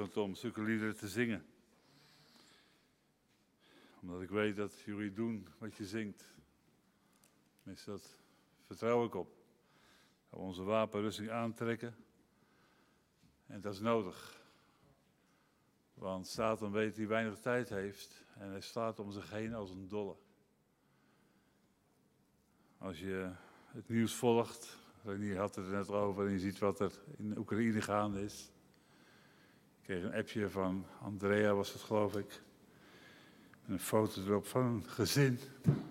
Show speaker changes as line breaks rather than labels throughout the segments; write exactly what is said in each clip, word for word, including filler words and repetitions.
vanochtend om zulke liederen te zingen. Omdat ik weet dat jullie doen wat je zingt. Tenminste, dat vertrouw ik op. Dat we onze wapenrusting aantrekken. En dat is nodig. Want Satan weet dat hij weinig tijd heeft. En hij slaat om zich heen als een dolle. Als je het nieuws volgt. Renier had het er net over en je ziet wat er in Oekraïne gaande is. Ik kreeg een appje van Andrea, was het geloof ik. En een foto erop van een gezin.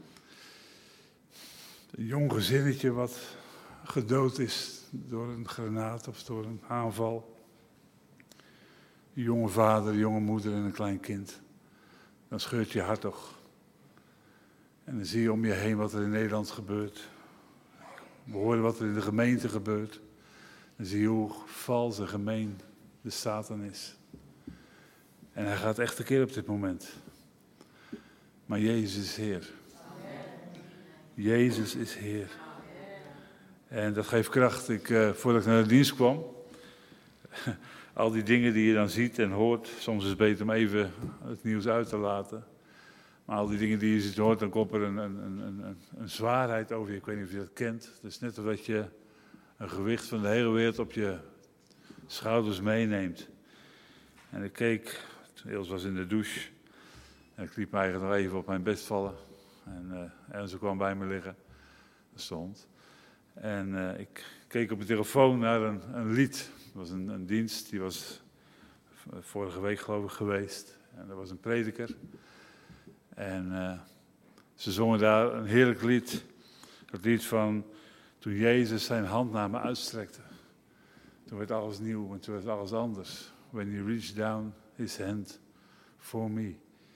Een jong gezinnetje wat gedood is door een granaat of door een aanval. Een jonge vader, een jonge moeder en een klein kind. Dan scheurt je hart toch. En dan zie je om je heen wat er in Nederland gebeurt. We horen wat er in de gemeente gebeurt. Dan zie je hoe vals en gemeen de Satan is. En hij gaat echt tekeer op dit moment. Maar Jezus is Heer. Jezus is Heer. En dat geeft kracht. Ik, uh, voordat ik naar de dienst kwam, al die dingen die je dan ziet en hoort, soms is het beter om even het nieuws uit te laten. Maar al die dingen die je ziet en hoort, dan komt er een, een, een, een, een zwaarheid over je. Ik weet niet of je dat kent. Het is net alsof je een gewicht van de hele wereld op je schouders meeneemt. En ik keek, Eels was in de douche. En ik liet me eigenlijk nog even op mijn bed vallen. En uh, Ernst kwam bij me liggen. Dat stond. En uh, ik keek op mijn telefoon naar een, een lied. Dat was een, een dienst, die was vorige week geloof ik geweest. En dat was een prediker. En uh, ze zongen daar een heerlijk lied. Het lied van toen Jezus zijn hand naar me uitstrekte. Toen werd alles nieuw en toen werd alles anders. When he reached down his hand for me.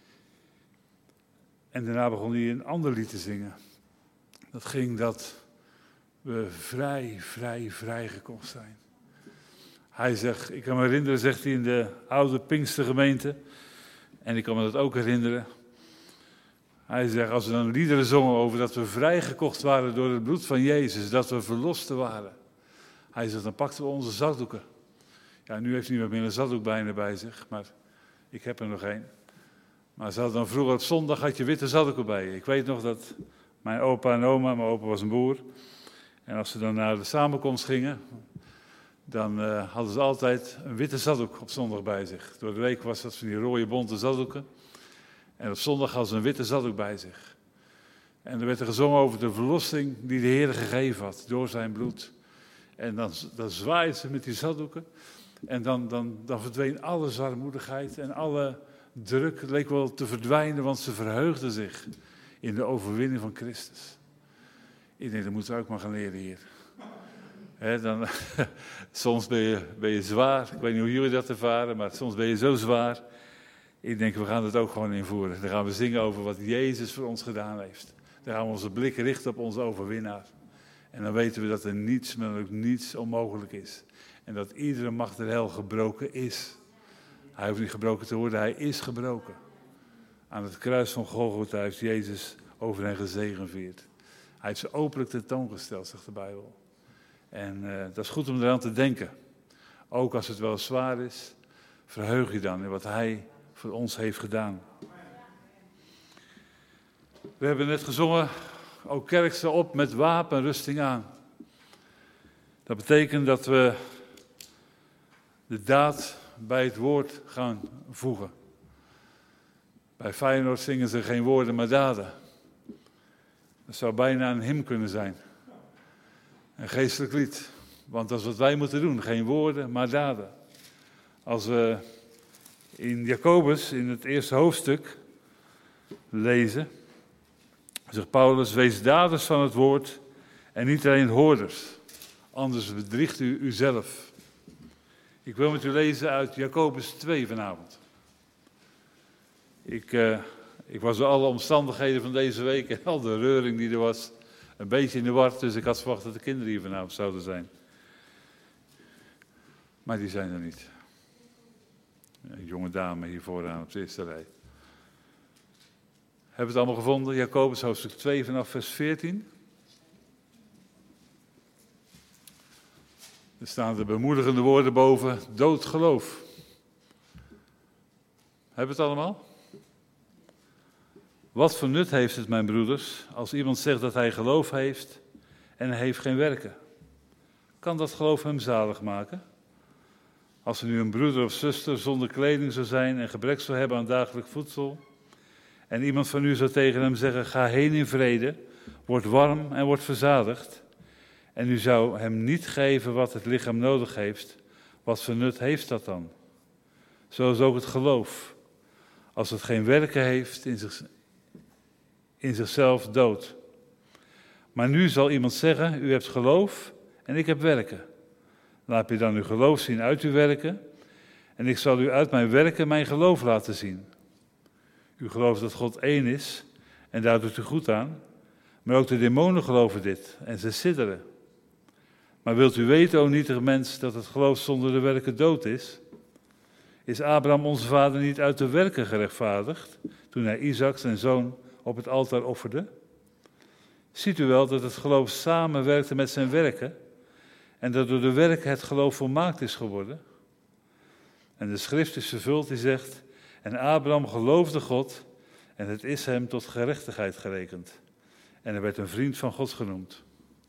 En daarna begon hij een ander lied te zingen. Dat ging dat we vrij, vrij, vrij gekocht zijn. Hij zegt, ik kan me herinneren, zegt hij in de oude Pinkstergemeente. En ik kan me dat ook herinneren. Hij zegt, als we dan liederen zongen over dat we vrijgekocht waren door het bloed van Jezus, dat we verlosten waren. Hij zegt, dan pakten we onze zakdoeken. Ja, nu heeft niemand meer een zakdoek bijna bij zich, maar ik heb er nog één. Maar ze hadden dan vroeger op zondag had je witte zakdoeken bij je. Ik weet nog dat mijn opa en oma, mijn opa was een boer. En als ze dan naar de samenkomst gingen, dan uh, hadden ze altijd een witte zakdoek op zondag bij zich. Door de week was dat van die rode bonte zakdoeken. En op zondag hadden ze een witte zakdoek bij zich. En er werd er gezongen over de verlossing die de Heer gegeven had door zijn bloed. En dan, dan zwaaiden ze met die zakdoeken. En dan, dan, dan verdween alle zwaarmoedigheid en alle druk. Het leek wel te verdwijnen, want ze verheugden zich in de overwinning van Christus. Ik denk, dat moeten we ook maar gaan leren hier. He, dan, soms ben je, ben je zwaar. Ik weet niet hoe jullie dat ervaren, maar soms ben je zo zwaar. Ik denk, we gaan het ook gewoon invoeren. Dan gaan we zingen over wat Jezus voor ons gedaan heeft. Dan gaan we onze blik richten op onze overwinnaar. En dan weten we dat er niets, maar ook niets onmogelijk is. En dat iedere macht der hel gebroken is. Hij hoeft niet gebroken te worden, hij is gebroken. Aan het kruis van Golgotha heeft Jezus over hen gezegevierd. Hij heeft ze openlijk tentoongesteld, zegt de Bijbel. En uh, dat is goed om eraan te denken. Ook als het wel zwaar is, verheug je dan in wat hij voor ons heeft gedaan. We hebben net gezongen, o kerk sta op met wapenrusting aan. Dat betekent dat we de daad bij het woord gaan voegen. Bij Feyenoord zingen ze geen woorden, maar daden. Dat zou bijna een hymn kunnen zijn. Een geestelijk lied. Want dat is wat wij moeten doen. Geen woorden, maar daden. Als we in Jacobus, in het eerste hoofdstuk, lezen, zegt Paulus, wees daders van het woord en niet alleen hoorders. Anders bedriegt u uzelf. Ik wil met u lezen uit Jacobus twee vanavond. Ik, uh, ik was door alle omstandigheden van deze week en al de reuring die er was, een beetje in de war, dus ik had verwacht dat de kinderen hier vanavond zouden zijn. Maar die zijn er niet. Een jonge dame hier vooraan op de eerste rij. Hebben we het allemaal gevonden? Jacobus hoofdstuk twee vanaf vers veertien. Er staan de bemoedigende woorden boven, dood geloof. Hebben we het allemaal? Wat voor nut heeft het, mijn broeders, als iemand zegt dat hij geloof heeft en hij heeft geen werken? Kan dat geloof hem zalig maken? Als er nu een broeder of zuster zonder kleding zou zijn en gebrek zou hebben aan dagelijks voedsel, en iemand van u zou tegen hem zeggen, ga heen in vrede, word warm en word verzadigd, en u zou hem niet geven wat het lichaam nodig heeft, wat voor nut heeft dat dan? Zo is ook het geloof. Als het geen werken heeft, in, zich, in zichzelf dood. Maar nu zal iemand zeggen, u hebt geloof en ik heb werken. Laat je dan uw geloof zien uit uw werken, en ik zal u uit mijn werken mijn geloof laten zien. U gelooft dat God één is, en daar doet u goed aan, maar ook de demonen geloven dit, en ze sidderen. Maar wilt u weten, o nietige mens, dat het geloof zonder de werken dood is? Is Abraham onze vader niet uit de werken gerechtvaardigd, toen hij Isaac zijn zoon op het altaar offerde? Ziet u wel dat het geloof samenwerkte met zijn werken, en dat door de werken het geloof volmaakt is geworden? En de schrift is vervuld die zegt, en Abraham geloofde God, en het is hem tot gerechtigheid gerekend. En hij werd een vriend van God genoemd.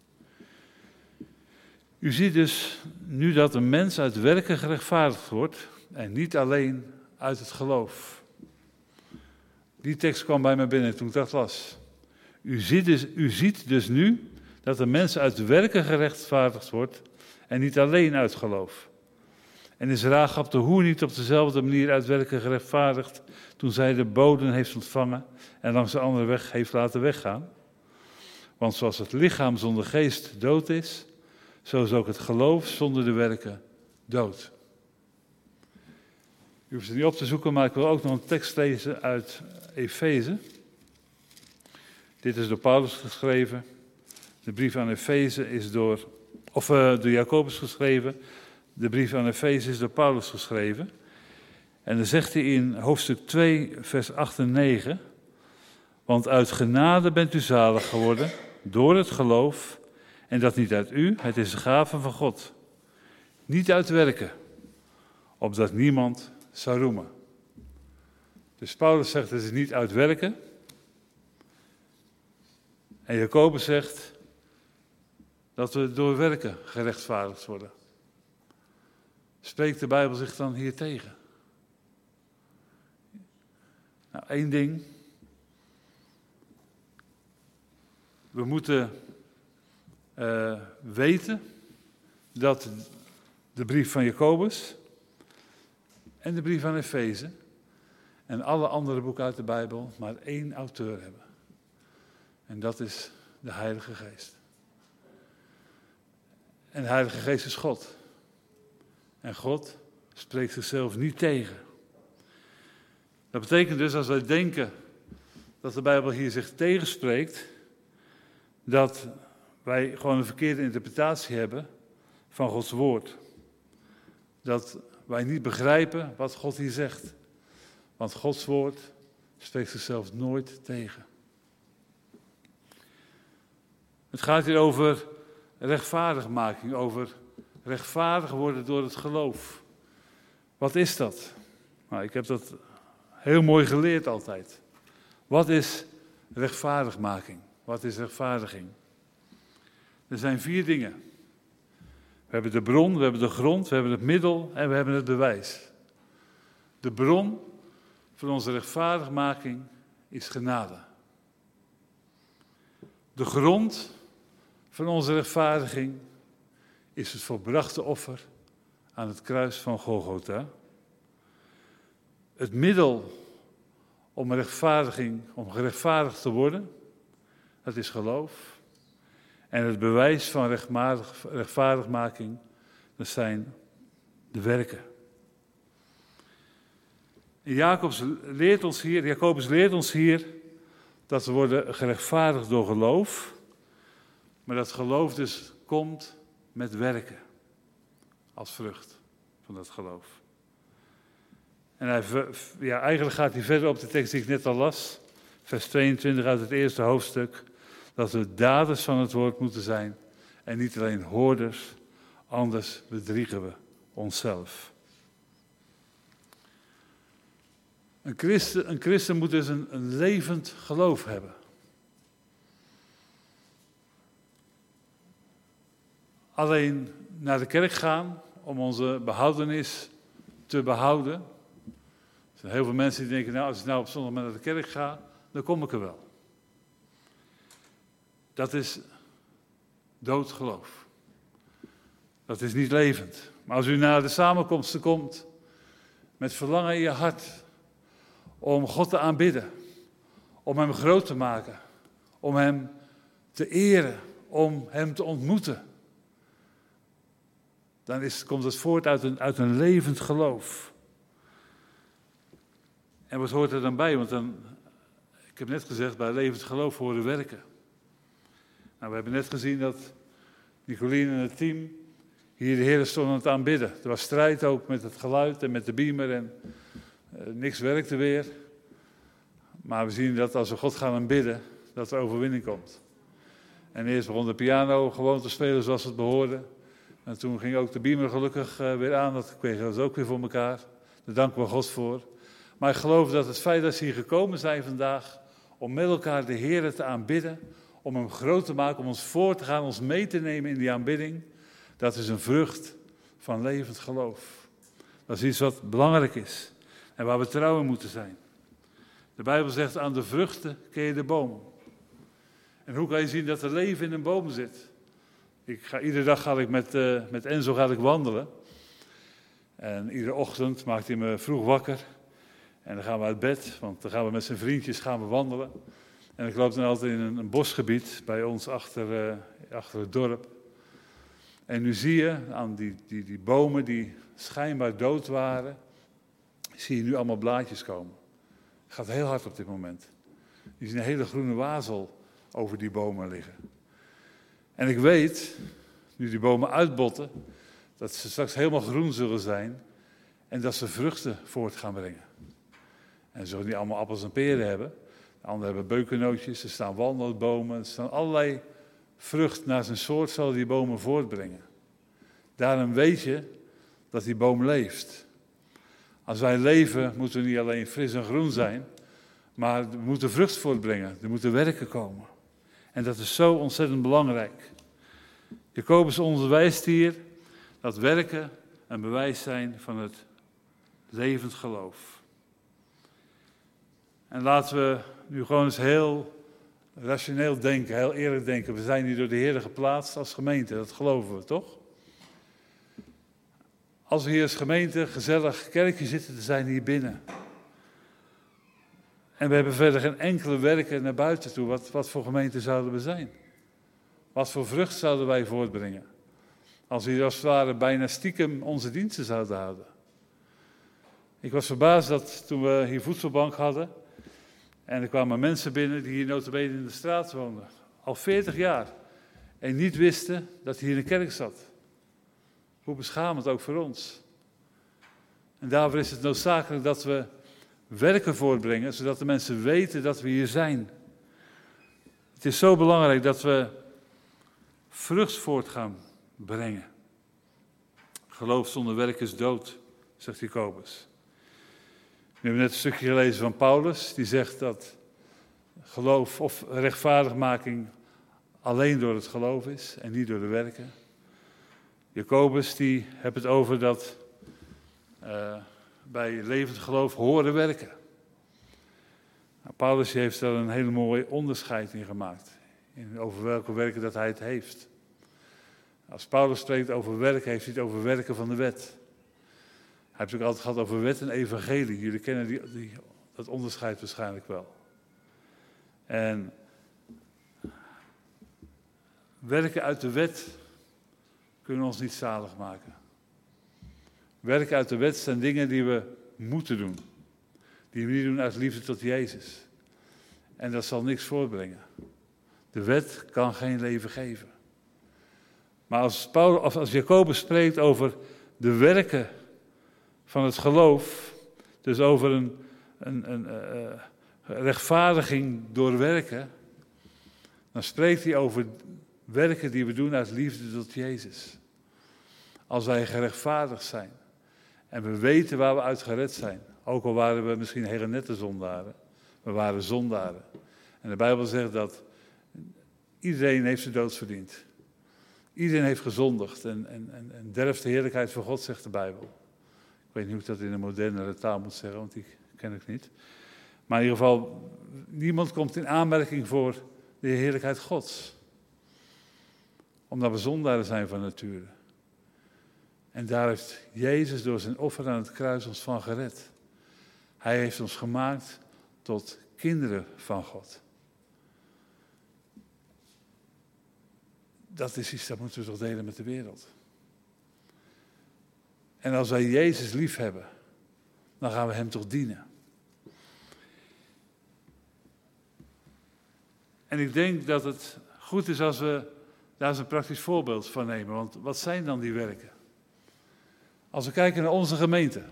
U ziet dus nu dat een mens uit werken gerechtvaardigd wordt, en niet alleen uit het geloof. Die tekst kwam bij mij binnen toen ik dat las. U ziet dus, u ziet dus nu dat een mens uit werken gerechtvaardigd wordt en niet alleen uit geloof. En is Rahab de hoer niet op dezelfde manier uit werken gerechtvaardigd toen zij de boden heeft ontvangen en langs de andere weg heeft laten weggaan? Want zoals het lichaam zonder geest dood is, zo is ook het geloof zonder de werken dood. U hoeft het niet op te zoeken, maar ik wil ook nog een tekst lezen uit Efeze. Dit is door Paulus geschreven. De brief aan Efeze is door, of uh, door Jacobus geschreven. De brief aan Efeze is door Paulus geschreven. En dan zegt hij in hoofdstuk twee, vers acht en negen. Want uit genade bent u zalig geworden, door het geloof. En dat niet uit u, het is de gave van God. Niet uit werken, opdat niemand zou roemen. Dus Paulus zegt, het is niet uit werken. En Jacobus zegt dat we door werken gerechtvaardigd worden. Spreekt de Bijbel zich dan hier tegen? Nou, één ding. We moeten uh, weten dat de brief van Jacobus en de brief aan Efeze en alle andere boeken uit de Bijbel maar één auteur hebben. En dat is de Heilige Geest. En de Heilige Geest is God. En God spreekt zichzelf niet tegen. Dat betekent dus, als wij denken dat de Bijbel hier zich tegenspreekt, dat wij gewoon een verkeerde interpretatie hebben van Gods woord. Dat wij niet begrijpen wat God hier zegt. Want Gods woord spreekt zichzelf nooit tegen. Het gaat hier over rechtvaardigmaking, over rechtvaardig worden door het geloof. Wat is dat? Nou, ik heb dat heel mooi geleerd altijd. Wat is rechtvaardigmaking? Wat is rechtvaardiging? Er zijn vier dingen. We hebben de bron, we hebben de grond, we hebben het middel en we hebben het bewijs. De bron van onze rechtvaardigmaking is genade. De grond van onze rechtvaardiging is het volbrachte offer aan het kruis van Golgotha. Het middel om rechtvaardiging, om gerechtvaardigd te worden, dat is geloof. En het bewijs van rechtvaardigmaking, dat zijn de werken. En Jacobus leert ons hier, Jacobus leert ons hier dat we worden gerechtvaardigd door geloof, maar dat geloof dus komt met werken als vrucht van dat geloof. En hij, ja, eigenlijk gaat hij verder op de tekst die ik net al las, vers tweeëntwintig uit het eerste hoofdstuk, dat we daders van het woord moeten zijn en niet alleen hoorders, anders bedriegen we onszelf. Een christen, een christen moet dus een, een levend geloof hebben. Alleen naar de kerk gaan om onze behoudenis te behouden. Er zijn heel veel mensen die denken, nou als ik nou op zondag naar de kerk ga, dan kom ik er wel. Dat is dood geloof. Dat is niet levend. Maar als u naar de samenkomsten komt met verlangen in je hart om God te aanbidden, om hem groot te maken, om hem te eren, om hem te ontmoeten, dan is, komt het voort uit een, uit een levend geloof. En wat hoort er dan bij? Want dan, ik heb net gezegd, bij levend geloof horen werken. Nou, we hebben net gezien dat Nicolien en het team hier de Heer stonden aan het aanbidden. Er was strijd ook met het geluid en met de beamer en uh, niks werkte weer. Maar we zien dat als we God gaan aanbidden, dat er overwinning komt. En eerst begon de piano gewoon te spelen zoals het behoorde. En toen ging ook de beamer gelukkig uh, weer aan, dat kregen we ook weer voor elkaar. Daar danken we God voor. Maar ik geloof dat het feit dat ze hier gekomen zijn vandaag, om met elkaar de Heer te aanbidden, om hem groot te maken, om ons voor te gaan, ons mee te nemen in die aanbidding, dat is een vrucht van levend geloof. Dat is iets wat belangrijk is en waar we trouw in moeten zijn. De Bijbel zegt, aan de vruchten ken je de boom. En hoe kan je zien dat er leven in een boom zit? Ik ga, iedere dag ga ik met, uh, met Enzo ga ik wandelen. En iedere ochtend maakt hij me vroeg wakker. En dan gaan we uit bed, want dan gaan we met zijn vriendjes gaan we wandelen. En ik loop dan altijd in een, een bosgebied bij ons achter, uh, achter het dorp. En nu zie je aan die, die, die bomen die schijnbaar dood waren, zie je nu allemaal blaadjes komen. Het gaat heel hard op dit moment. Je ziet een hele groene wazel over die bomen liggen. En ik weet, nu die bomen uitbotten, dat ze straks helemaal groen zullen zijn en dat ze vruchten voort gaan brengen. En ze zullen niet allemaal appels en peren hebben. De anderen hebben beukennootjes, er staan walnootbomen, er staan allerlei vrucht naar zijn soort zullen die bomen voortbrengen. Daarom weet je dat die boom leeft. Als wij leven moeten we niet alleen fris en groen zijn, maar we moeten vrucht voortbrengen, er moeten werken komen. En dat is zo ontzettend belangrijk. Jacobus onderwijst hier dat werken een bewijs zijn van het levend geloof. En laten we nu gewoon eens heel rationeel denken, heel eerlijk denken. We zijn hier door de Heer geplaatst als gemeente, dat geloven we toch? Als we hier als gemeente gezellig kerkje zitten, dan zijn hier binnen. En we hebben verder geen enkele werken naar buiten toe. Wat, wat voor gemeente zouden we zijn? Wat voor vrucht zouden wij voortbrengen? Als we hier als het ware bijna stiekem onze diensten zouden houden. Ik was verbaasd dat toen we hier voedselbank hadden, en er kwamen mensen binnen die hier nota bene in de straat woonden. Al veertig jaar. En niet wisten dat hier een kerk zat. Hoe beschamend ook voor ons. En daarvoor is het noodzakelijk dat we werken voortbrengen, zodat de mensen weten dat we hier zijn. Het is zo belangrijk dat we vrucht voort gaan brengen. Geloof zonder werk is dood, zegt Jacobus. We hebben net een stukje gelezen van Paulus, die zegt dat geloof of rechtvaardigmaking alleen door het geloof is en niet door de werken. Jacobus die heeft het over dat uh, bij levend geloof horen werken. Nou, Paulus heeft daar een hele mooie onderscheid in gemaakt, in over welke werken dat hij het heeft. Als Paulus spreekt over werken, heeft hij het over werken van de wet. Hij heeft het ook altijd gehad over wet en evangelie. Jullie kennen die, die, dat onderscheid waarschijnlijk wel. En werken uit de wet kunnen ons niet zalig maken. Werken uit de wet zijn dingen die we moeten doen. Die we niet doen uit liefde tot Jezus. En dat zal niks voortbrengen. De wet kan geen leven geven. Maar als, Paulus, als Jacobus spreekt over de werken van het geloof, dus over een, een, een uh, rechtvaardiging door werken, dan spreekt hij over werken die we doen uit liefde tot Jezus. Als wij gerechtvaardigd zijn en we weten waar we uit gered zijn, Ook al waren we misschien hele nette zondaren. We waren zondaren. En de Bijbel zegt dat iedereen heeft zijn dood verdiend. Iedereen heeft gezondigd en, en, en, en derft de heerlijkheid van God, zegt de Bijbel. Ik weet niet hoe ik dat in een modernere taal moet zeggen, want die ken ik niet. Maar in ieder geval, niemand komt in aanmerking voor de heerlijkheid Gods. Omdat we zondaren zijn van nature. En daar heeft Jezus door zijn offer aan het kruis ons van gered. Hij heeft ons gemaakt tot kinderen van God. Dat is iets dat moeten we toch delen met de wereld. En als wij Jezus lief hebben, dan gaan we hem toch dienen. En ik denk dat het goed is als we daar eens een praktisch voorbeeld van nemen. Want wat zijn dan die werken? Als we kijken naar onze gemeente,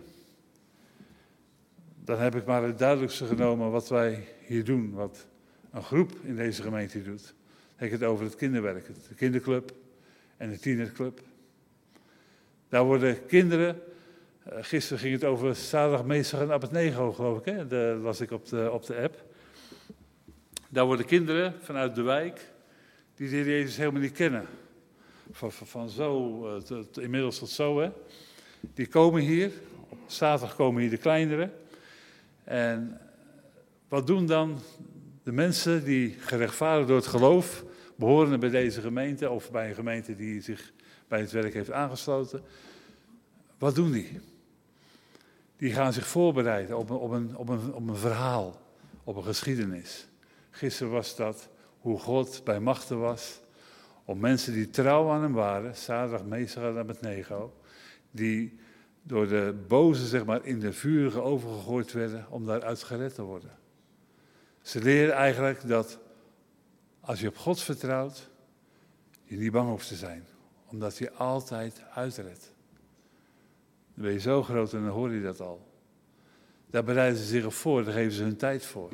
dan heb ik maar het duidelijkste genomen wat wij hier doen. Wat een groep in deze gemeente doet. Dan heb ik het over het kinderwerk, de kinderclub en de tienerclub. Daar worden kinderen, uh, gisteren ging het over Zaterdagmeester en Abednego, geloof ik, hè? Dat las ik op de, op de app. Daar worden kinderen vanuit de wijk, die de Heer Jezus helemaal niet kennen. Van, van, van zo, uh, tot, inmiddels tot zo, hè. Die komen hier, op zaterdag komen hier de kleineren. En wat doen dan de mensen die gerechtvaardigd door het geloof behoren bij deze gemeente, of bij een gemeente die zich bij het werk heeft aangesloten? Wat doen die? Die gaan zich voorbereiden op een, op een, op een, op een verhaal, op een geschiedenis. Gisteren was dat hoe God bij machten was om mensen die trouw aan hem waren, zaterdag meester en Abednego, die door de boze zeg maar in de vurige oven gegooid werden om daaruit gered te worden. Ze leren eigenlijk dat als je op God vertrouwt, je niet bang hoeft te zijn, omdat hij altijd uitredt. Dan ben je zo groot en dan hoor je dat al. Daar bereiden ze zich op voor, daar geven ze hun tijd voor.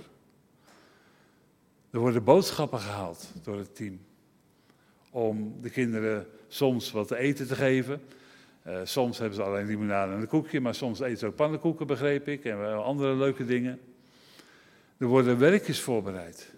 Er worden boodschappen gehaald door het team. Om de kinderen soms wat te eten te geven. Uh, soms hebben ze alleen limonade en een koekje, maar soms eten ze ook pannenkoeken, begreep ik. En wel andere leuke dingen. Er worden werkjes voorbereid.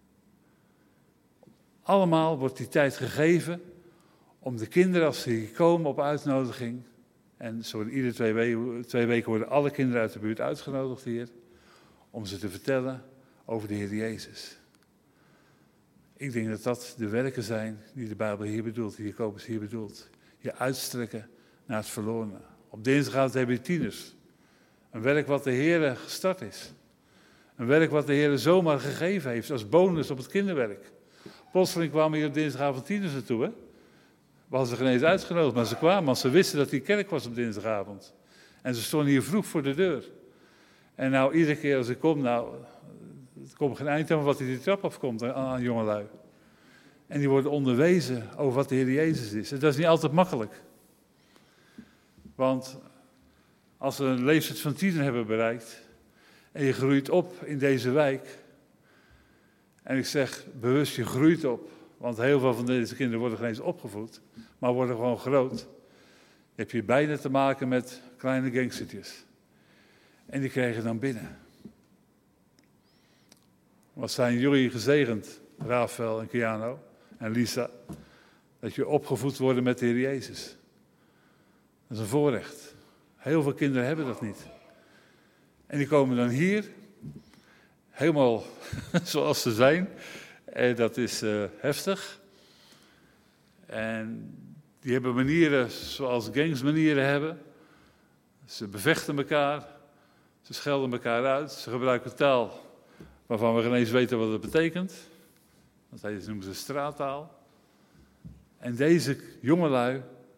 Allemaal wordt die tijd gegeven om de kinderen, als ze hier komen op uitnodiging. En zo iedere twee weken, twee weken worden alle kinderen uit de buurt uitgenodigd hier. Om ze te vertellen over de Heer Jezus. Ik denk dat dat de werken zijn die de Bijbel hier bedoelt, die Jacobus hier bedoelt. Je uitstrekken naar het verlorene. Op dinsdagavond hebben we tieners. Een werk wat de Heer gestart is. Een werk wat de Heer zomaar gegeven heeft als bonus op het kinderwerk. Plotseling kwamen hier op dinsdagavond tieners naartoe. Hè? We hadden ze geen eens uitgenodigd, maar ze kwamen, want ze wisten dat die kerk was op dinsdagavond. En ze stonden hier vroeg voor de deur. En nou, iedere keer als ik kom, nou, er komt geen eind aan wat hij die trap afkomt aan, aan jongelui. En die worden onderwezen over wat de Heer Jezus is. En dat is niet altijd makkelijk. Want als we een leeftijd van tiener hebben bereikt en je groeit op in deze wijk. En ik zeg bewust, je groeit op. Want heel veel van deze kinderen worden geen eens opgevoed, maar worden gewoon groot. Dan heb je bijna te maken met kleine gangstertjes. En die krijgen dan binnen. Wat zijn jullie gezegend, Rafael en Keanu en Lisa, dat je opgevoed wordt met de Heer Jezus. Dat is een voorrecht. Heel veel kinderen hebben dat niet. En die komen dan hier, helemaal zoals ze zijn. En dat is uh, heftig. En die hebben manieren zoals gangsmanieren hebben. Ze bevechten elkaar. Ze schelden elkaar uit. Ze gebruiken taal waarvan we geen eens weten wat het betekent. Dat noemen ze straattaal. En deze jongelui,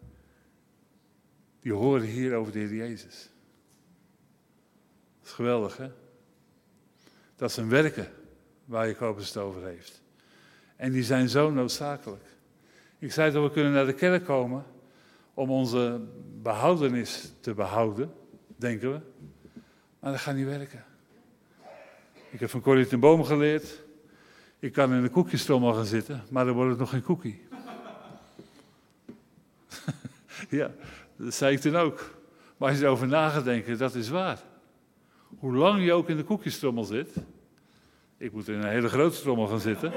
die horen hier over de Heer Jezus. Dat is geweldig, hè? Dat zijn werken waar Jacobus het over heeft. En die zijn zo noodzakelijk. Ik zei dat we kunnen naar de kerk komen om onze behoudenis te behouden, denken we. Maar dat gaat niet werken. Ik heb van Corrie ten Boom geleerd. Ik kan in een koekjestrommel gaan zitten, maar dan wordt het nog geen koekie. Ja, dat zei ik toen ook. Maar als je erover na gaat denken, dat is waar. Hoe lang je ook in de koekjestrommel zit. Ik moet in een hele grote trommel gaan zitten.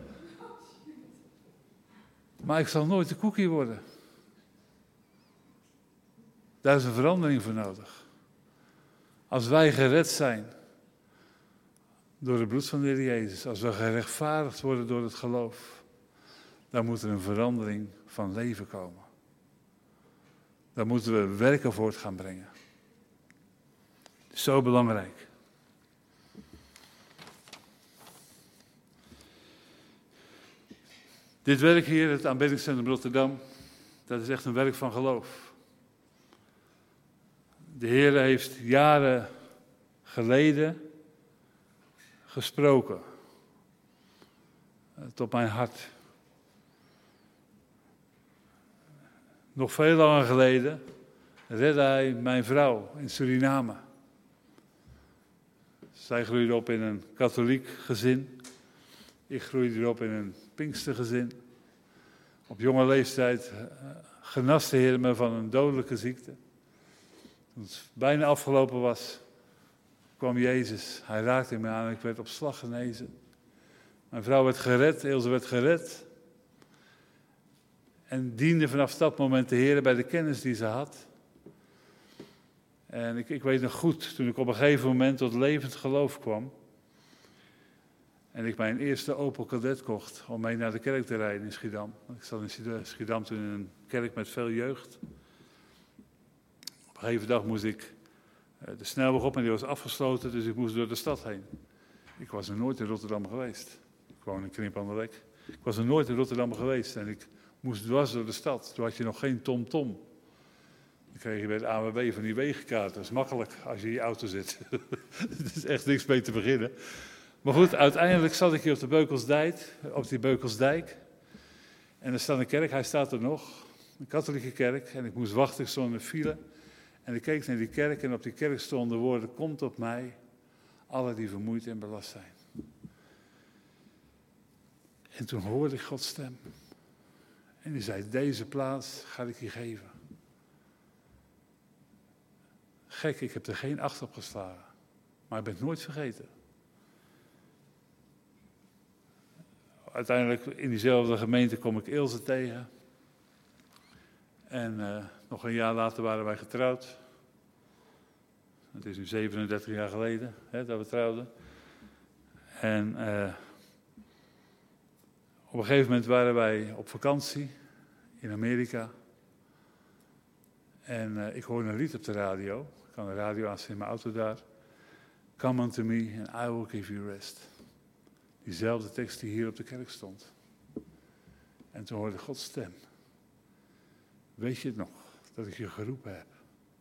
Maar ik zal nooit de koekie worden. Daar is een verandering voor nodig. Als wij gered zijn door het bloed van de Heer Jezus, als we gerechtvaardigd worden door het geloof, dan moet er een verandering van leven komen. Dan moeten we werken voort gaan brengen. Zo belangrijk. Dit werk hier, het aanbiddingscentrum Rotterdam, dat is echt een werk van geloof. De Heer heeft jaren geleden gesproken tot mijn hart. Nog veel langer geleden redde Hij mijn vrouw in Suriname. Zij groeide op in een katholiek gezin. Ik groeide op in een Pinkstergezin. Op jonge leeftijd genas de Heer me van een dodelijke ziekte. Toen het bijna afgelopen was, kwam Jezus. Hij raakte me aan en ik werd op slag genezen. Mijn vrouw werd gered, Ilse werd gered. En diende vanaf dat moment de Heer bij de kennis die ze had. En ik, ik weet nog goed, toen ik op een gegeven moment tot levend geloof kwam. En ik mijn eerste Opel Kadett kocht om mee naar de kerk te rijden in Schiedam. Ik zat in Schiedam toen in een kerk met veel jeugd. Op een gegeven dag moest ik de snelweg op en die was afgesloten, dus ik moest door de stad heen. Ik was er nooit in Rotterdam geweest. Ik woon in Krimp aan de Lek. Ik was er nooit in Rotterdam geweest en ik moest dwars door de stad. Toen had je nog geen TomTom. Dan kreeg je bij de A N W B van die wegenkaart. Dat is makkelijk als je in je auto zit. Er is echt niks mee te beginnen. Maar goed, uiteindelijk zat ik hier op de Beukelsdijk, op die Beukelsdijk. En er staat een kerk, hij staat er nog. Een katholieke kerk. En ik moest wachten, ik stond in de file. En ik keek naar die kerk en op die kerk stonden de woorden: komt op mij, alle die vermoeid en belast zijn. En toen hoorde ik Gods stem. En die zei: deze plaats ga ik je geven. Gek, ik heb er geen acht op geslagen. Maar ik ben het nooit vergeten. Uiteindelijk in diezelfde gemeente kom ik Ilse tegen. En uh, nog een jaar later waren wij getrouwd. Het is nu zevenendertig jaar geleden hè, dat we trouwden. En uh, op een gegeven moment waren wij op vakantie in Amerika. En uh, ik hoorde een lied op de radio. Ik kan de radio aanzetten in mijn auto daar. Come unto me and I will give you rest. Diezelfde tekst die hier op de kerk stond. En toen hoorde Gods stem. Weet je het nog, dat ik je geroepen heb?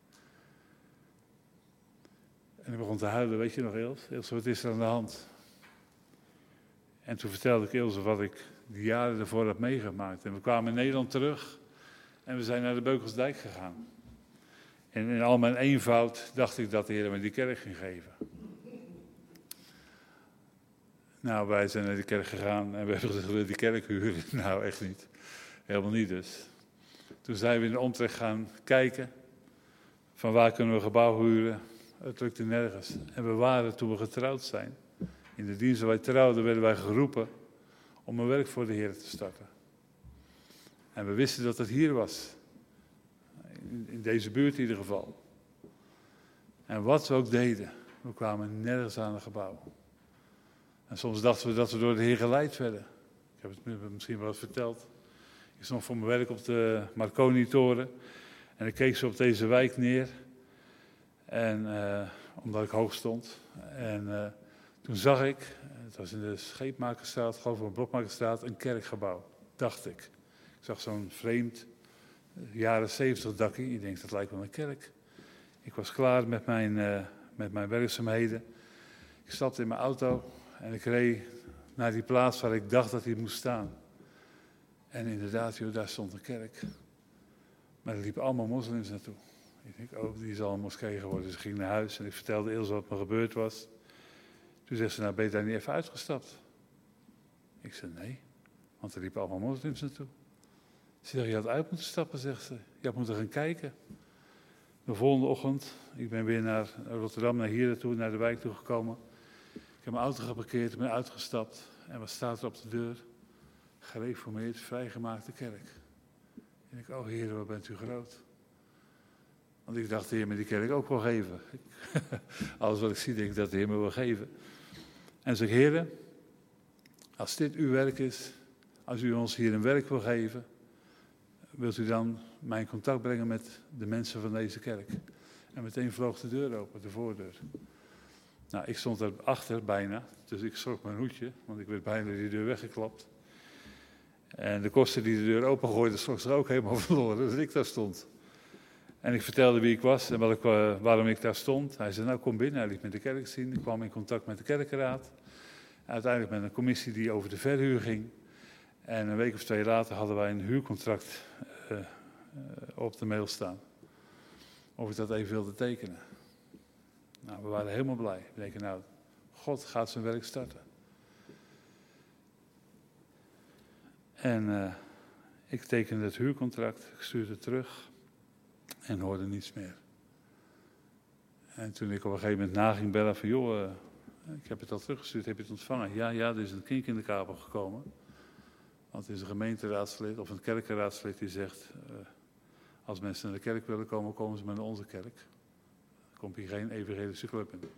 En ik begon te huilen, weet je nog Ilse? Ilse, wat is er aan de hand? En toen vertelde ik Ilse wat ik die jaren ervoor had meegemaakt. En we kwamen in Nederland terug en we zijn naar de Beukelsdijk gegaan. En in al mijn eenvoud dacht ik dat de Heer me die kerk ging geven. Nou, wij zijn naar die kerk gegaan en we hebben gezegd, we willen die kerk huren. Nou, echt niet. Helemaal niet dus. Toen zijn we in de omtrek gaan kijken, van waar kunnen we gebouw huren. Het lukte nergens. En we waren, toen we getrouwd zijn, in de dienst waar wij trouwden, werden wij geroepen om een werk voor de Heer te starten. En we wisten dat het hier was. In, in deze buurt in ieder geval. En wat we ook deden, we kwamen nergens aan een gebouw. En soms dachten we dat we door de Heer geleid werden. Ik heb het misschien wel eens verteld. Ik stond voor mijn werk op de Marconi-toren. En ik keek zo op deze wijk neer. En, uh, omdat ik hoog stond. En uh, toen zag ik, het was in de Scheepmakerstraat, geloof ik, een Blokmakerstraat, een kerkgebouw. Dacht ik. Ik zag zo'n vreemd, jaren zeventig dakkie. Ik denk, dat lijkt wel een kerk. Ik was klaar met mijn, uh, met mijn werkzaamheden. Ik stapte in mijn auto en ik reed naar die plaats waar ik dacht dat hij moest staan. En inderdaad, joh, daar stond een kerk. Maar er liepen allemaal moslims naartoe. Ik denk, oh, die zal een moskee geworden. Dus ik ging naar huis en ik vertelde Ilse wat me gebeurd was. Toen zegt ze, nou, ben je daar niet even uitgestapt? Ik zei, nee, want er liepen allemaal moslims naartoe. Ze zegt, je had uit moeten stappen, zegt ze. Je had moeten gaan kijken. De volgende ochtend, ik ben weer naar Rotterdam, naar hier toe, naar de wijk toe gekomen. Ik heb mijn auto geparkeerd, ben uitgestapt en wat staat er op de deur? Gereformeerd, vrijgemaakte kerk. En ik, oh Heer, wat bent u groot. Want ik dacht, de Heer me die kerk ook wil geven. Alles wat ik zie, denk ik dat de Heer me wil geven. En zeg, Heer, als dit uw werk is, als u ons hier een werk wil geven, wilt u dan mij in contact brengen met de mensen van deze kerk? En meteen vloog de deur open, de voordeur. Nou, ik stond erachter bijna, dus ik schrok mijn hoedje, want ik werd bijna die deur weggeklapt. En de koster die de deur opengooide, schrok zich ook helemaal verloren, dat ik daar stond. En ik vertelde wie ik was en wat ik, uh, waarom ik daar stond. Hij zei, nou kom binnen, hij liet me de kerk zien. Ik kwam in contact met de kerkenraad. Uiteindelijk met een commissie die over de verhuur ging. En een week of twee later hadden wij een huurcontract uh, uh, op de mail staan. Of ik dat even wilde tekenen. Nou, we waren helemaal blij. We denken, nou, God gaat zijn werk starten. En uh, ik tekende het huurcontract, ik stuurde het terug en hoorde niets meer. En toen ik op een gegeven moment na ging bellen van, joh, uh, ik heb het al teruggestuurd, heb je het ontvangen? Ja, ja, er is een kink in de kabel gekomen. Want het is een gemeenteraadslid of een kerkenraadslid die zegt, uh, als mensen naar de kerk willen komen, komen ze maar naar onze kerk. Er komt hier geen evangelische club in.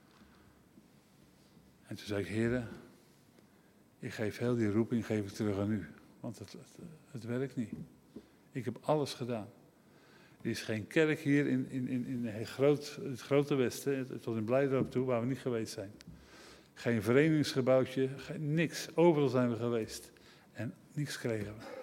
En toen zei ik, heren, ik geef heel die roeping geef ik terug aan u. Want het, het, het werkt niet. Ik heb alles gedaan. Er is geen kerk hier in, in, in, in het, groot, het grote Westen, tot in Blijdorp toe, waar we niet geweest zijn. Geen verenigingsgebouwtje, geen, niks. Overal zijn we geweest. En niks kregen we.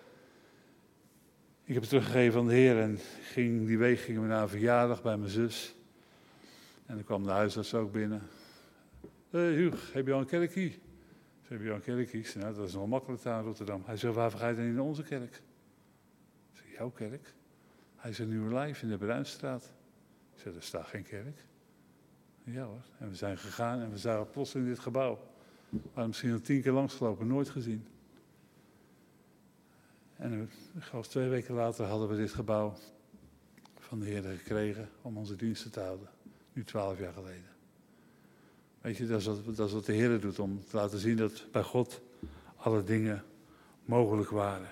Ik heb het teruggegeven aan de Heer en ging, die week gingen we naar een verjaardag bij mijn zus. En dan kwam de huisarts ook binnen. Hé hey, Huug, heb je al een kerkie? Ze hebben jou een kerk kiezen. Nou, dat is nog makkelijk daar in Rotterdam. Hij zei, waarvoor ga je dan niet naar onze kerk? Ik zei, jouw kerk? Hij zei, Nieuwe Life in de Bruinstraat. Ik zei, daar staat geen kerk. Ja hoor. En we zijn gegaan en we zagen plots in dit gebouw. We hadden misschien al tien keer langsgelopen, nooit gezien. En ik geloof twee weken later hadden we dit gebouw van de Heer gekregen om onze diensten te houden. Nu twaalf jaar geleden. Weet je, dat is, wat, dat is wat de Heer doet, om te laten zien dat bij God alle dingen mogelijk waren.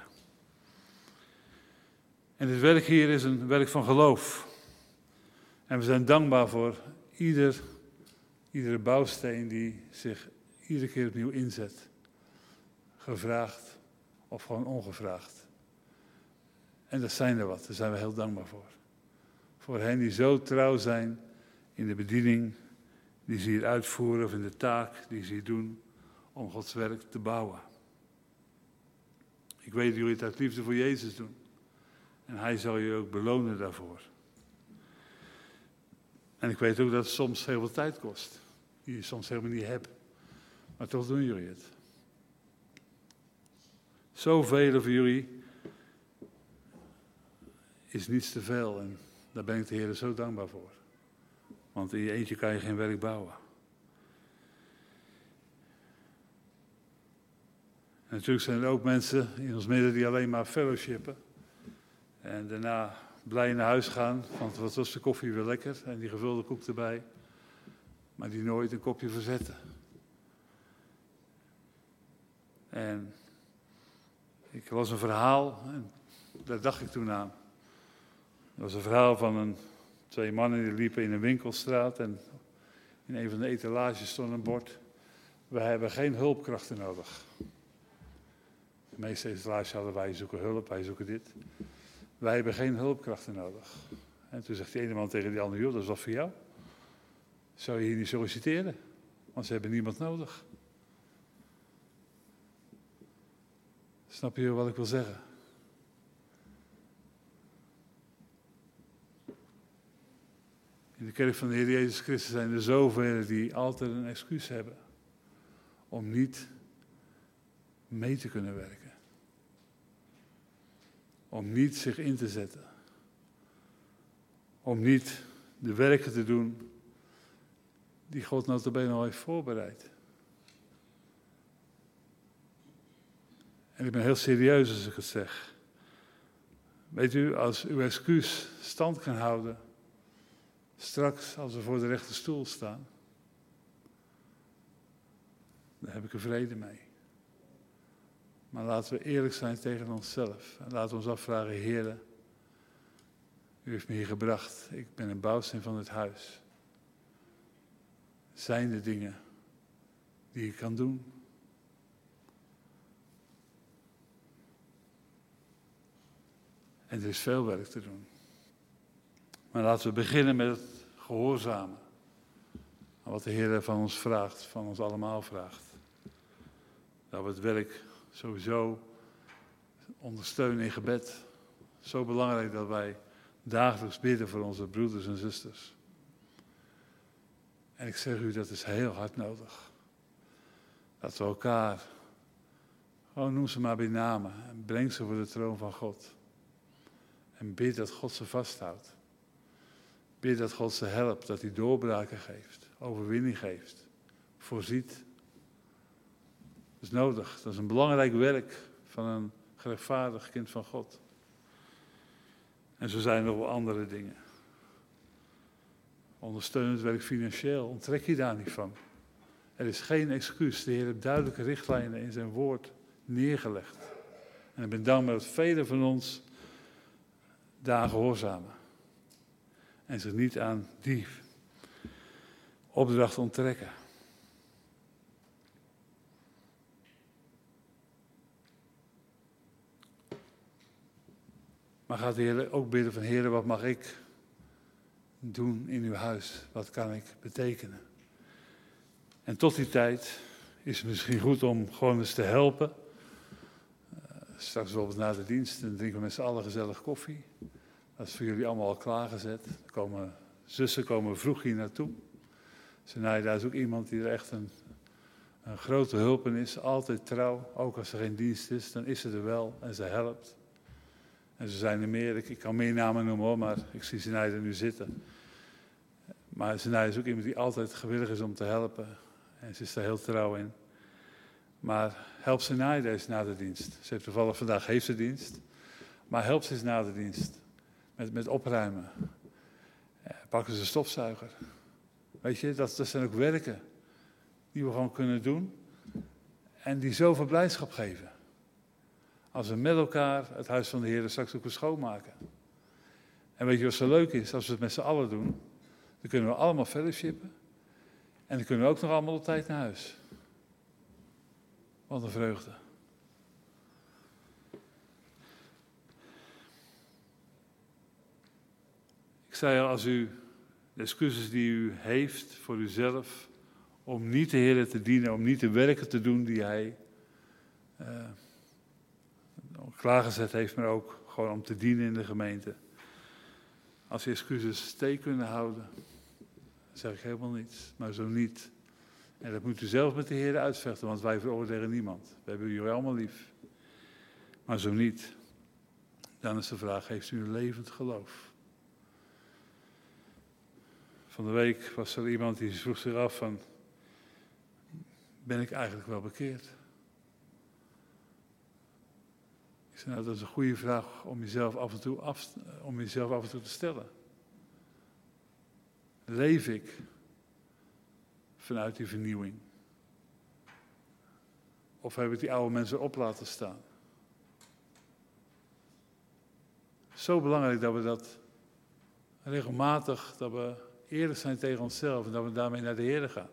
En dit werk hier is een werk van geloof. En we zijn dankbaar voor ieder, iedere bouwsteen die zich iedere keer opnieuw inzet. Gevraagd of gewoon ongevraagd. En dat zijn er wat, daar zijn we heel dankbaar voor. Voor hen die zo trouw zijn in de bediening die ze hier uitvoeren, of in de taak die ze hier doen, om Gods werk te bouwen. Ik weet dat jullie het uit liefde voor Jezus doen. En Hij zal je ook belonen daarvoor. En ik weet ook dat het soms heel veel tijd kost, die je soms helemaal niet hebt. Maar toch doen jullie het. Zoveel van jullie is niets te veel en daar ben ik de Heer zo dankbaar voor. Want in je eentje kan je geen werk bouwen. En natuurlijk zijn er ook mensen in ons midden die alleen maar fellowshippen. En daarna blij naar huis gaan, want wat was de koffie weer lekker en die gevulde koek erbij. Maar die nooit een kopje verzetten. En ik las een verhaal en daar dacht ik toen aan. Dat was een verhaal van een, twee mannen die liepen in een winkelstraat en in een van de etalages stond een bord. Wij hebben geen hulpkrachten nodig. De meeste etalages hadden wij zoeken hulp, wij zoeken dit. Wij hebben geen hulpkrachten nodig. En toen zegt die ene man tegen die andere, joh, dat is wat voor jou. Zou je hier niet solliciteren? Want ze hebben niemand nodig. Snap je wat ik wil zeggen? In de kerk van de Heer Jezus Christus zijn er zoveel die altijd een excuus hebben om niet mee te kunnen werken. Om niet zich in te zetten. Om niet de werken te doen die God nota bene al heeft voorbereid. En ik ben heel serieus als ik het zeg. Weet u, als uw excuus stand kan houden, Straks, als we voor de rechte stoel staan, daar heb ik er vrede mee. Maar laten we eerlijk zijn tegen onszelf. En laten we ons afvragen, Heere, u heeft me hier gebracht. Ik ben een bouwsteen van het huis. Zijn er dingen die ik kan doen? En er is veel werk te doen. Maar laten we beginnen met het gehoorzamen. Aan wat de Heer van ons vraagt, van ons allemaal vraagt. Dat we het werk sowieso ondersteunen in gebed. Zo belangrijk dat wij dagelijks bidden voor onze broeders en zusters. En ik zeg u, dat is heel hard nodig. Dat we elkaar, gewoon noem ze maar bij namen, en breng ze voor de troon van God. En bid dat God ze vasthoudt. Bid dat God ze helpt, dat hij doorbraken geeft, overwinning geeft, voorziet. Dat is nodig, dat is een belangrijk werk van een gerechtvaardigd kind van God. En zo zijn er nog wel andere dingen. Ondersteunend werk financieel, onttrek je daar niet van. Er is geen excuus, de Heer heeft duidelijke richtlijnen in zijn woord neergelegd. En ik ben dankbaar dat velen van ons daar gehoorzamen. En zich niet aan die opdracht onttrekken. Maar gaat de Heer ook bidden van, Heer, wat mag ik doen in uw huis? Wat kan ik betekenen? En tot die tijd is het misschien goed om gewoon eens te helpen. Uh, straks bijvoorbeeld na de dienst, dan drinken we met z'n allen gezellig koffie. Dat is voor jullie allemaal al klaargezet. Er komen, zussen komen vroeg hier naartoe. Zenaida is ook iemand die er echt een, een grote hulp in is. Altijd trouw, ook als er geen dienst is, dan is ze er wel en ze helpt. En ze zijn er meer, ik, ik kan meer namen noemen hoor, maar ik zie Zenaida nu zitten. Maar Zenaida is ook iemand die altijd gewillig is om te helpen. En ze is daar heel trouw in. Maar help Zenaida eens na de dienst. Ze heeft toevallig vandaag heeft ze dienst. Maar help ze eens na de dienst. Met, met opruimen. Ja, pakken ze een stofzuiger. Weet je, dat, dat zijn ook werken die we gewoon kunnen doen. En die zoveel blijdschap geven. Als we met elkaar het huis van de Heer straks ook weer schoonmaken. En weet je wat zo leuk is? Als we het met z'n allen doen, dan kunnen we allemaal fellowshipen. En dan kunnen we ook nog allemaal op tijd naar huis. Wat een vreugde. Ik zei al, als u de excuses die u heeft voor uzelf, om niet de Heer te dienen, om niet de werken te doen die Hij uh, klaargezet heeft, maar ook gewoon om te dienen in de gemeente. Als die excuses steek kunnen houden, dan zeg ik helemaal niets, maar zo niet. En dat moet u zelf met de Heer uitvechten, want wij veroordelen niemand. We hebben jullie allemaal lief. Maar zo niet, dan is de vraag, heeft u een levend geloof? Van de week was er iemand die vroeg zich af van, ben ik eigenlijk wel bekeerd? Ik zei, nou, dat is een goede vraag om jezelf af en toe, af, om jezelf af en toe te stellen. Leef ik vanuit die vernieuwing? Of heb ik die oude mensen op laten staan? Zo belangrijk dat we dat regelmatig, dat we eerlijk zijn tegen onszelf en dat we daarmee naar de Heer gaan.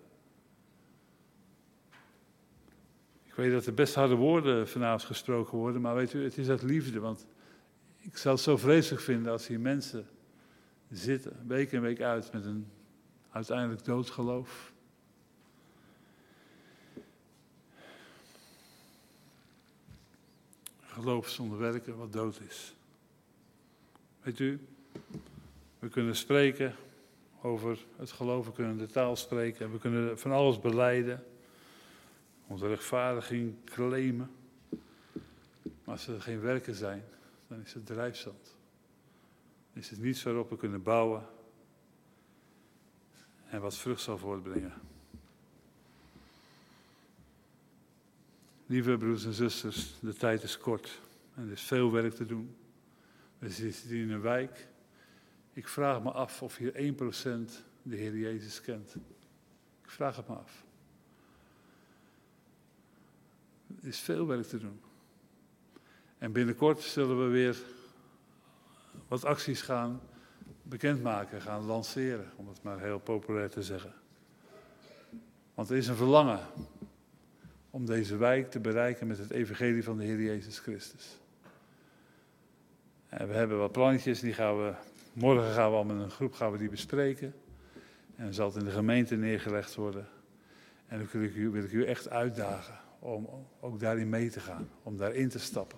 Ik weet dat er best harde woorden vanavond gesproken worden, maar weet u, het is uit liefde. Want ik zou het zo vreselijk vinden als hier mensen zitten, week in week uit, met een uiteindelijk doodgeloof. Geloof zonder werken, wat dood is. Weet u, we kunnen spreken over het geloof, we kunnen de taal spreken, we kunnen van alles belijden. Onze rechtvaardiging claimen. Maar als er geen werken zijn, dan is het drijfzand. Dan is het niets waarop we kunnen bouwen en wat vrucht zal voortbrengen. Lieve broers en zusters, de tijd is kort en er is veel werk te doen. We zitten in een wijk Ik vraag me af of hier één procent de Heer Jezus kent. Ik vraag het me af. Er is veel werk te doen. En binnenkort zullen we weer wat acties gaan bekendmaken, gaan lanceren, om het maar heel populair te zeggen. Want er is een verlangen om deze wijk te bereiken met het evangelie van de Heer Jezus Christus. En we hebben wat plannetjes, die gaan we, morgen gaan we al met een groep gaan we die bespreken. En dan zal het in de gemeente neergelegd worden. En dan wil ik u, wil ik u echt uitdagen om ook daarin mee te gaan, om daarin te stappen.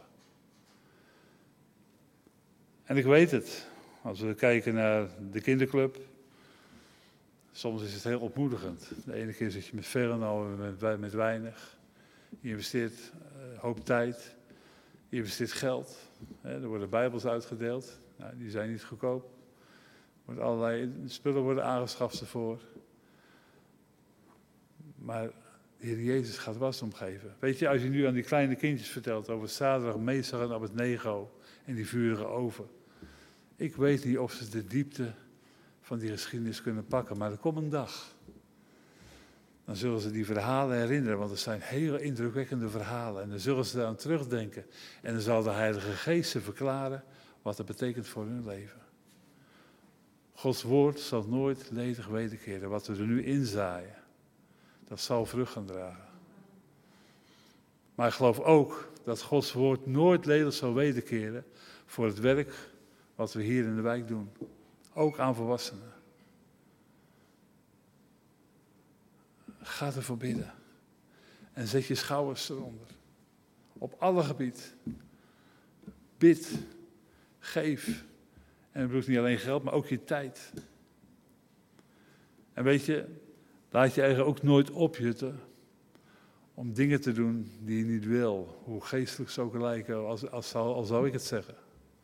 En ik weet het, als we kijken naar de kinderclub, soms is het heel ontmoedigend. De ene keer zit je met veel en de andere met, met weinig. Je investeert uh, een hoop tijd, je investeert geld. Hè, er worden bijbels uitgedeeld, nou, die zijn niet goedkoop. Er worden allerlei spullen worden aangeschaft ervoor. Maar de Heer Jezus gaat wasdom geven. Weet je, als je nu aan die kleine kindjes vertelt over zaterdag meestal en op het nego en die vurige oven. Ik weet niet of ze de diepte van die geschiedenis kunnen pakken, maar er komt een dag. Dan zullen ze die verhalen herinneren, want het zijn hele indrukwekkende verhalen. En dan zullen ze eraan terugdenken. En dan zal de Heilige Geest ze verklaren wat het betekent voor hun leven. Gods woord zal nooit ledig wederkeren. Wat we er nu inzaaien, dat zal vrucht gaan dragen. Maar ik geloof ook dat Gods woord nooit ledig zal wederkeren voor het werk wat we hier in de wijk doen. Ook aan volwassenen. Ga ervoor bidden. En zet je schouders eronder. Op alle gebied. Bid. Geef. En dat bedoelt niet alleen geld, maar ook je tijd. En weet je, laat je eigen ook nooit opjutten om dingen te doen die je niet wil. Hoe geestelijk ze ook lijken, als, als, al, al zou ik het zeggen.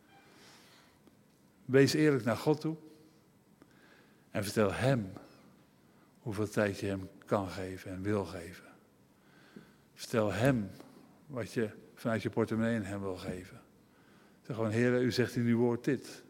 Wees eerlijk naar God toe. En vertel hem hoeveel tijd je hem kan geven en wil geven. Vertel hem wat je vanuit je portemonnee aan hem wil geven. Zeg gewoon, Heer, u zegt in uw woord dit.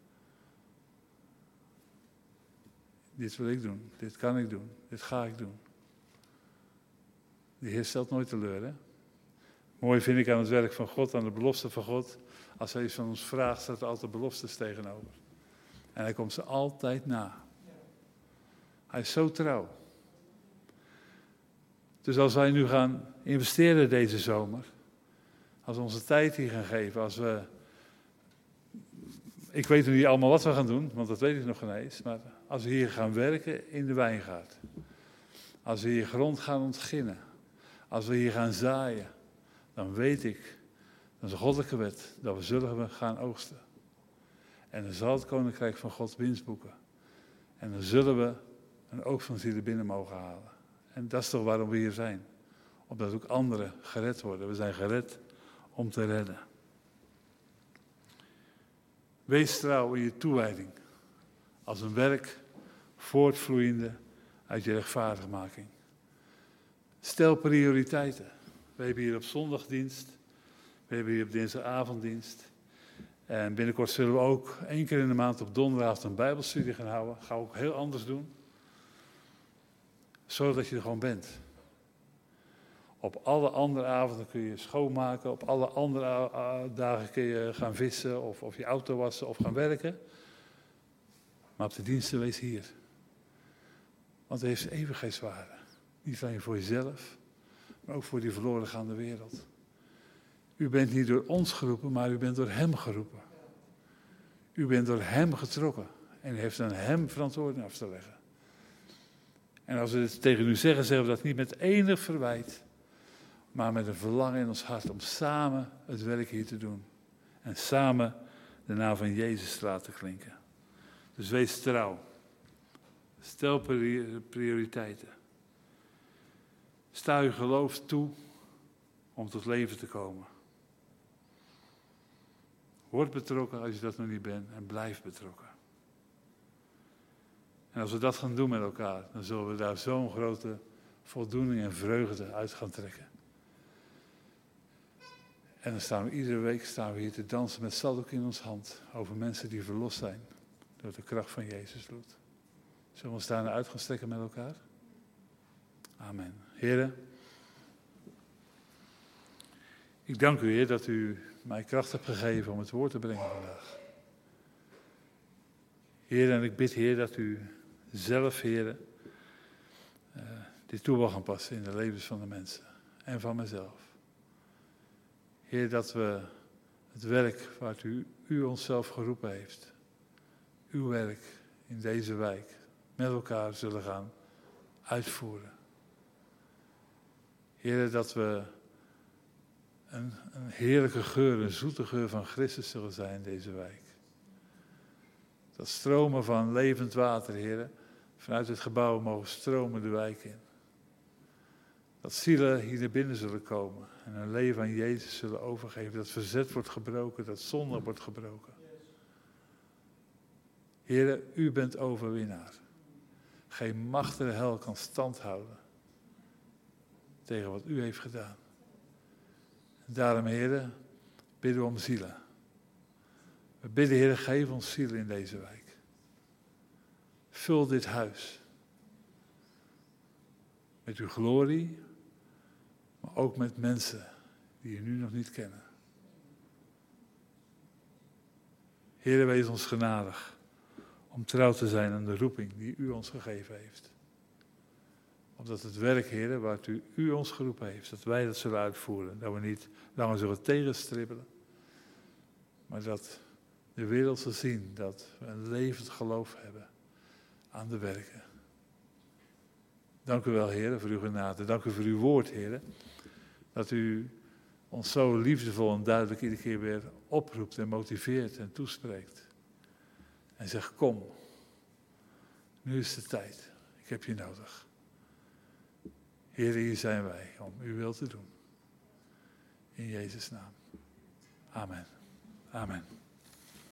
Dit wil ik doen, dit kan ik doen, dit ga ik doen. De Heer stelt nooit teleur, hè? Mooi vind ik aan het werk van God, aan de belofte van God. Als hij iets van ons vraagt, staat er altijd beloftes tegenover. En hij komt ze altijd na. Hij is zo trouw. Dus als wij nu gaan investeren deze zomer, als we onze tijd hier gaan geven, als we... Ik weet nog niet allemaal wat we gaan doen, want dat weet ik nog geen eens. Maar als we hier gaan werken in de wijngaard. Als we hier grond gaan ontginnen. Als we hier gaan zaaien. Dan weet ik, dat is een goddelijke wet, dat we zullen gaan oogsten. En dan zal het koninkrijk van God winst boeken. En dan zullen we een oog van zielen binnen mogen halen. En dat is toch waarom we hier zijn. Opdat ook anderen gered worden. We zijn gered om te redden. Wees trouw in je toewijding. Als een werk voortvloeiende uit je rechtvaardigmaking. Stel prioriteiten. We hebben hier op zondagdienst. We hebben hier op dinsdagavonddienst. En binnenkort zullen we ook één keer in de maand op donderdag een bijbelstudie gaan houden. Dat gaan we ook heel anders doen. Zorg dat je er gewoon bent. Op alle andere avonden kun je schoonmaken. Op alle andere dagen kun je gaan vissen of, of je auto wassen of gaan werken. Maar op de diensten wees hier. Want het heeft eeuwigheidswaarde. Niet alleen voor jezelf, maar ook voor die verloren gaande wereld. U bent niet door ons geroepen, maar u bent door hem geroepen. U bent door hem getrokken. En u heeft aan hem verantwoording af te leggen. En als we dit tegen u zeggen, zeggen we dat niet met enig verwijt. Maar met een verlangen in ons hart om samen het werk hier te doen. En samen de naam van Jezus te laten klinken. Dus wees trouw. Stel prioriteiten. Sta uw geloof toe om tot leven te komen. Word betrokken als je dat nog niet bent en blijf betrokken. En als we dat gaan doen met elkaar, dan zullen we daar zo'n grote voldoening en vreugde uit gaan trekken. En dan staan we iedere week staan we hier te dansen met zakdoek in ons hand over mensen die verlost zijn. door de kracht van Jezus doet. Zullen we staan en uit gaan strekken met elkaar? Amen. Heren, ik dank u, Heer, dat u mij kracht hebt gegeven om het woord te brengen vandaag. Heer, en ik bid, Heer, dat u zelf, Heer, uh, dit toe wil gaan passen in de levens van de mensen en van mezelf. Heer, dat we het werk waar u, u onszelf geroepen heeft, uw werk in deze wijk, met elkaar zullen gaan uitvoeren. Heer, dat we een, een heerlijke geur, een zoete geur van Christus zullen zijn in deze wijk. Dat stromen van levend water, Heer, vanuit het gebouw mogen stromen de wijk in. Dat zielen hier naar binnen zullen komen en hun leven aan Jezus zullen overgeven. Dat verzet wordt gebroken, dat zonde wordt gebroken. Heer, u bent overwinnaar. Geen macht der hel kan stand houden tegen wat u heeft gedaan. Daarom, Heer, bidden we om zielen. We bidden, Heer, geef ons zielen in deze wijk. Vul dit huis met uw glorie, maar ook met mensen die u nu nog niet kennen. Heer, wees ons genadig om trouw te zijn aan de roeping die u ons gegeven heeft. Omdat het werk, Heer, waar u, u ons geroepen heeft, dat wij dat zullen uitvoeren. Dat we niet langer zullen tegenstribbelen, maar dat de wereld zal zien dat we een levend geloof hebben aan de werken. Dank u wel, Heer, voor uw genade. Dank u voor uw woord, Heer. Dat u ons zo liefdevol en duidelijk iedere keer weer oproept en motiveert en toespreekt. En zegt, kom, nu is de tijd. Ik heb je nodig. Heer, hier zijn wij om uw wil te doen. In Jezus' naam. Amen. Amen.